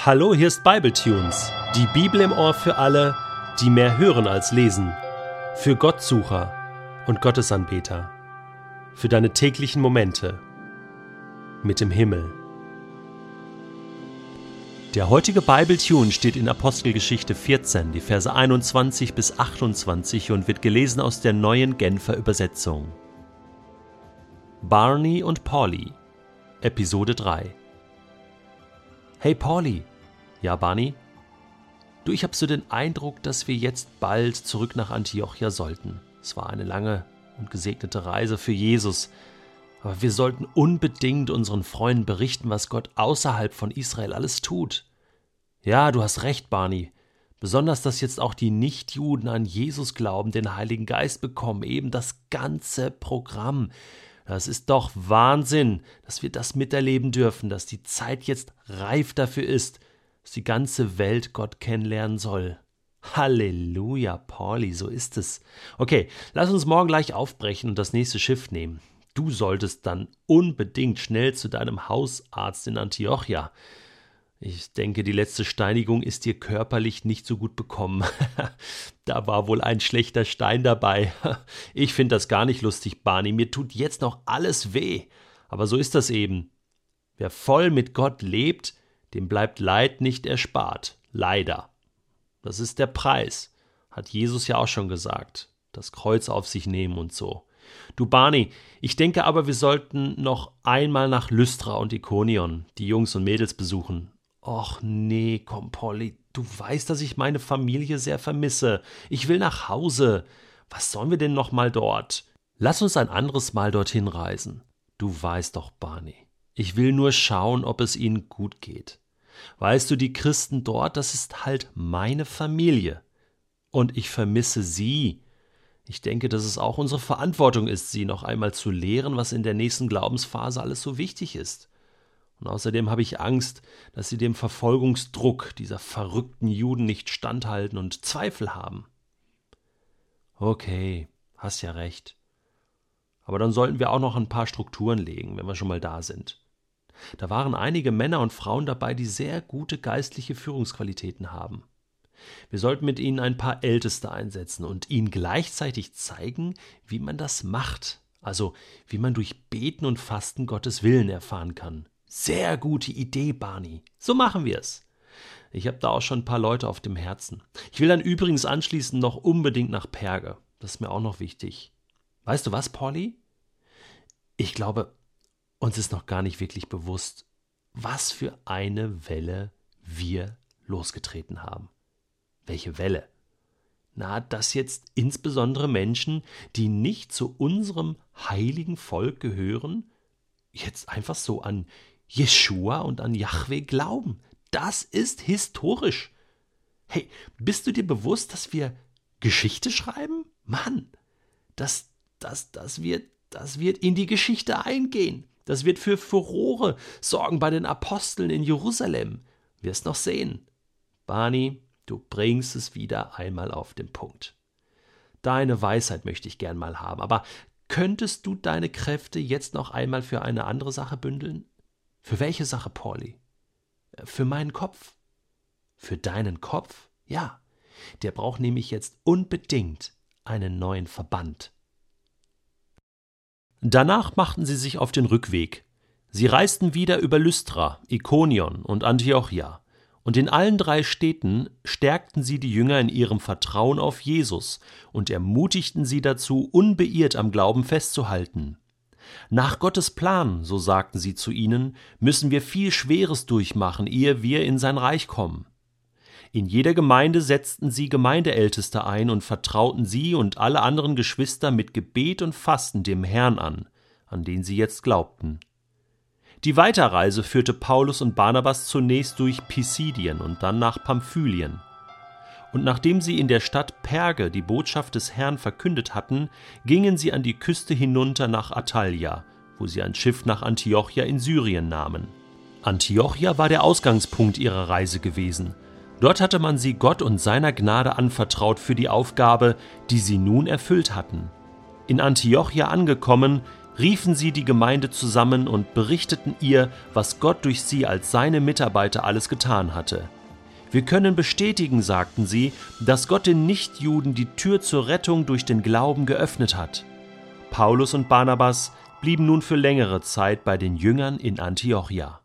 Hallo, hier ist Bibletunes, die Bibel im Ohr für alle, die mehr hören als lesen, für Gottsucher und Gottesanbeter, für deine täglichen Momente mit dem Himmel. Der heutige Bibletune steht in Apostelgeschichte 14, die Verse 21 bis 28 und wird gelesen aus der neuen Genfer Übersetzung. Barney und Polly, Episode 3. Hey Polly. Ja, Barney? Du, ich habe so den Eindruck, dass wir jetzt bald zurück nach Antiochia sollten. Es war eine lange und gesegnete Reise für Jesus. Aber wir sollten unbedingt unseren Freunden berichten, was Gott außerhalb von Israel alles tut. Ja, du hast recht, Barney. Besonders, dass jetzt auch die Nichtjuden an Jesus glauben, den Heiligen Geist bekommen, eben das ganze Programm. Das ist doch Wahnsinn, dass wir das miterleben dürfen, dass die Zeit jetzt reif dafür ist, dass die ganze Welt Gott kennenlernen soll. Halleluja, Pauli, so ist es. Okay, lass uns morgen gleich aufbrechen und das nächste Schiff nehmen. Du solltest dann unbedingt schnell zu deinem Hausarzt in Antiochia. Ich denke, die letzte Steinigung ist dir körperlich nicht so gut bekommen. Da war wohl ein schlechter Stein dabei. Ich finde das gar nicht lustig, Barney. Mir tut jetzt noch alles weh. Aber so ist das eben. Wer voll mit Gott lebt, dem bleibt Leid nicht erspart. Leider. Das ist der Preis. Hat Jesus ja auch schon gesagt. Das Kreuz auf sich nehmen und so. Du Barney, ich denke aber, wir sollten noch einmal nach Lystra und Ikonion die Jungs und Mädels besuchen. Och nee, komm Polly, du weißt, dass ich meine Familie sehr vermisse. Ich will nach Hause. Was sollen wir denn noch mal dort? Lass uns ein anderes Mal dorthin reisen. Du weißt doch, Barney, ich will nur schauen, ob es ihnen gut geht. Weißt du, die Christen dort, das ist halt meine Familie. Und ich vermisse sie. Ich denke, dass es auch unsere Verantwortung ist, sie noch einmal zu lehren, was in der nächsten Glaubensphase alles so wichtig ist. Und außerdem habe ich Angst, dass sie dem Verfolgungsdruck dieser verrückten Juden nicht standhalten und Zweifel haben. Okay, hast ja recht. Aber dann sollten wir auch noch ein paar Strukturen legen, wenn wir schon mal da sind. Da waren einige Männer und Frauen dabei, die sehr gute geistliche Führungsqualitäten haben. Wir sollten mit ihnen ein paar Älteste einsetzen und ihnen gleichzeitig zeigen, wie man das macht. Also, wie man durch Beten und Fasten Gottes Willen erfahren kann. Sehr gute Idee, Barney. So machen wir es. Ich habe da auch schon ein paar Leute auf dem Herzen. Ich will dann übrigens anschließend noch unbedingt nach Perge. Das ist mir auch noch wichtig. Weißt du was, Polly? Ich glaube, uns ist noch gar nicht wirklich bewusst, was für eine Welle wir losgetreten haben. Welche Welle? Na, dass jetzt insbesondere Menschen, die nicht zu unserem heiligen Volk gehören, jetzt einfach so an Jeschua und an Jahwe glauben. Das ist historisch. Hey, bist du dir bewusst, dass wir Geschichte schreiben? Mann, das wird in die Geschichte eingehen. Das wird für Furore sorgen bei den Aposteln in Jerusalem. Wirst noch sehen. Barney, du bringst es wieder einmal auf den Punkt. Deine Weisheit möchte ich gern mal haben, aber könntest du deine Kräfte jetzt noch einmal für eine andere Sache bündeln? Für welche Sache, Polly? Für meinen Kopf. Für deinen Kopf? Ja, der braucht nämlich jetzt unbedingt einen neuen Verband. Danach machten sie sich auf den Rückweg. Sie reisten wieder über Lystra, Ikonion und Antiochia. Und in allen 3 Städten stärkten sie die Jünger in ihrem Vertrauen auf Jesus und ermutigten sie dazu, unbeirrt am Glauben festzuhalten. Nach Gottes Plan, so sagten sie zu ihnen, müssen wir viel Schweres durchmachen, ehe wir in sein Reich kommen. In jeder Gemeinde setzten sie Gemeindeälteste ein und vertrauten sie und alle anderen Geschwister mit Gebet und Fasten dem Herrn an den sie jetzt glaubten. Die Weiterreise führte Paulus und Barnabas zunächst durch Pisidien und dann nach Pamphylien. Und nachdem sie in der Stadt Perge die Botschaft des Herrn verkündet hatten, gingen sie an die Küste hinunter nach Attalia, wo sie ein Schiff nach Antiochia in Syrien nahmen. Antiochia war der Ausgangspunkt ihrer Reise gewesen. Dort hatte man sie Gott und seiner Gnade anvertraut für die Aufgabe, die sie nun erfüllt hatten. In Antiochia angekommen, riefen sie die Gemeinde zusammen und berichteten ihr, was Gott durch sie als seine Mitarbeiter alles getan hatte. Wir können bestätigen, sagten sie, dass Gott den Nichtjuden die Tür zur Rettung durch den Glauben geöffnet hat. Paulus und Barnabas blieben nun für längere Zeit bei den Jüngern in Antiochia.